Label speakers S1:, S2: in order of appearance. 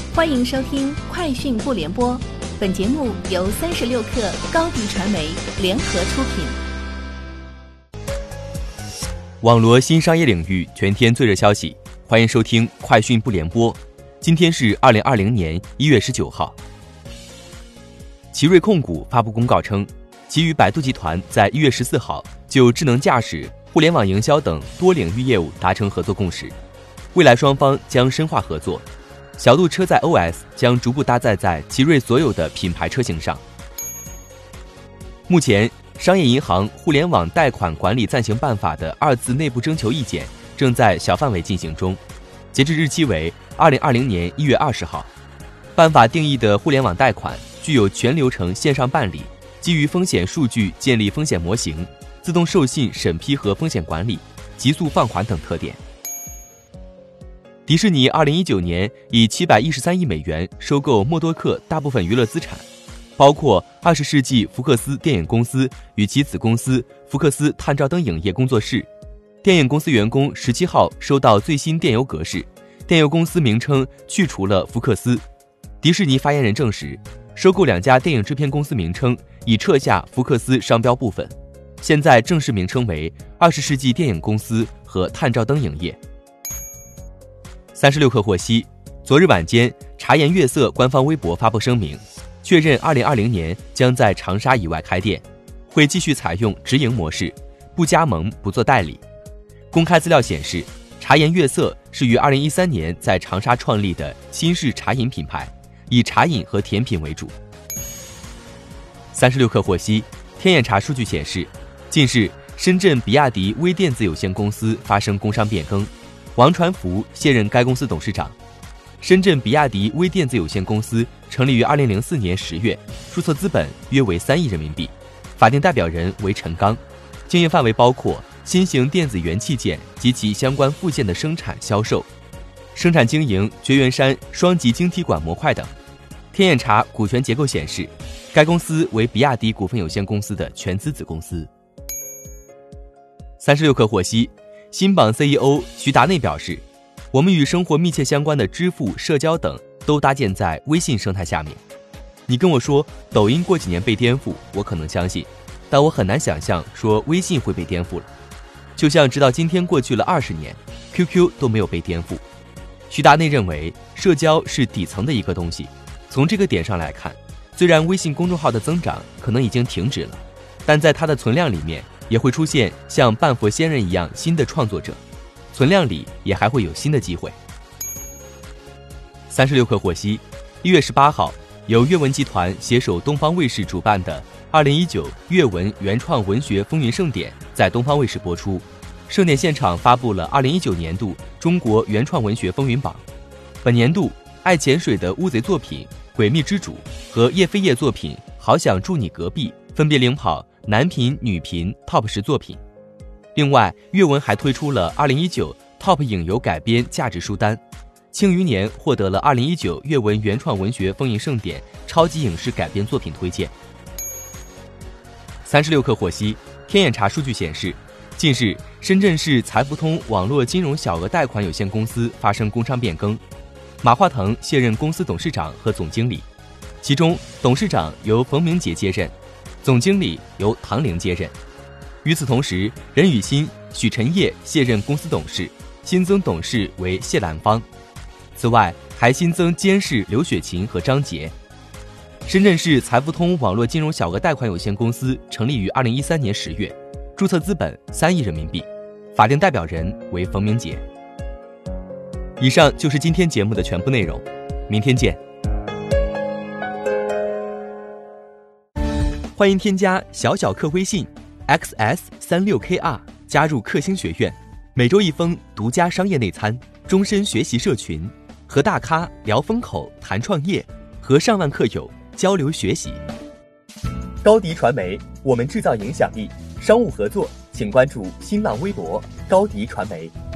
S1: 欢迎收听快讯不联播，本节目由36克高迪传媒联合出品。
S2: 网罗新商业领域全天最热消息，欢迎收听快讯不联播。今天是2020年1月19号。奇瑞控股发布公告称，其与百度集团在1月14号就智能驾驶、互联网营销等多领域业务达成合作共识，未来双方将深化合作。小度车载 OS 将逐步搭载在奇瑞所有的品牌车型上。目前，商业银行互联网贷款管理暂行办法的2次内部征求意见正在小范围进行中，截至日期为2020年1月20号。办法定义的互联网贷款具有全流程线上办理、基于风险数据建立风险模型、自动授信审批和风险管理、急速放款等特点。迪士尼2019年以713亿美元收购默多克大部分娱乐资产，包括20世纪福克斯电影公司与其子公司福克斯探照灯影业工作室。电影公司员工17号收到最新电邮格式，电邮公司名称去除了福克斯。迪士尼发言人证实，收购2家电影制片公司名称已撤下福克斯商标部分，现在正式名称为20世纪电影公司和探照灯影业。36克获悉，昨日晚间，茶颜悦色官方微博发布声明，确认2020年将在长沙以外开店，会继续采用直营模式，不加盟不做代理。公开资料显示，茶颜悦色是于2013年在长沙创立的新式茶饮品牌，以茶饮和甜品为主。36克获悉，天眼查数据显示，近日深圳比亚迪微电子有限公司发生工商变更，王传福卸任该公司董事长。深圳比亚迪微电子有限公司成立于2004年10月，注册资本约为3亿人民币，法定代表人为陈刚，经营范围包括新型电子元器件及其相关附件的生产销售，生产经营绝缘山双极晶体管模块等。天眼查股权结构显示，该公司为比亚迪股份有限公司的全资子公司。36克获悉，新榜 CEO 徐达内表示，我们与生活密切相关的支付、社交等都搭建在微信生态下面。你跟我说抖音过几年被颠覆，我可能相信，但我很难想象说微信会被颠覆了。就像直到今天过去了20年 ，QQ 都没有被颠覆。徐达内认为，社交是底层的一个东西。从这个点上来看，虽然微信公众号的增长可能已经停止了，但在它的存量里面也会出现像半佛仙人一样新的创作者，存量里也还会有新的机会。36克获悉，1月18号，由阅文集团携手东方卫视主办的2019阅文原创文学风云盛典在东方卫视播出。盛典现场发布了2019年度中国原创文学风云榜。本年度，爱潜水的乌贼作品《诡秘之主》和叶飞叶作品《好想住你隔壁》分别领跑男频、女频 TOP 10作品。另外，阅文还推出了2019 TOP 影游改编价值书单，庆余年获得了2019阅文原创文学风云盛典超级影视改编作品推荐。36克获悉，天眼查数据显示，近日深圳市财付通网络金融小额贷款有限公司发生工商变更，马化腾卸任公司董事长和总经理，其中董事长由冯明杰接任，总经理由唐玲接任。与此同时，任宇欣、许晨烨卸任公司董事，新增董事为谢兰芳。此外，还新增监事刘雪琴和张杰。深圳市财付通网络金融小额贷款有限公司成立于2013年10月，注册资本3亿人民币，法定代表人为冯明杰。以上就是今天节目的全部内容，明天见。欢迎添加小客微信 XS36KR 加入克星学院，每周一封独家商业内参，终身学习社群，和大咖聊风口谈创业，和上万客友交流学习。高迪传媒，我们制造影响力。商务合作请关注新浪微博高迪传媒。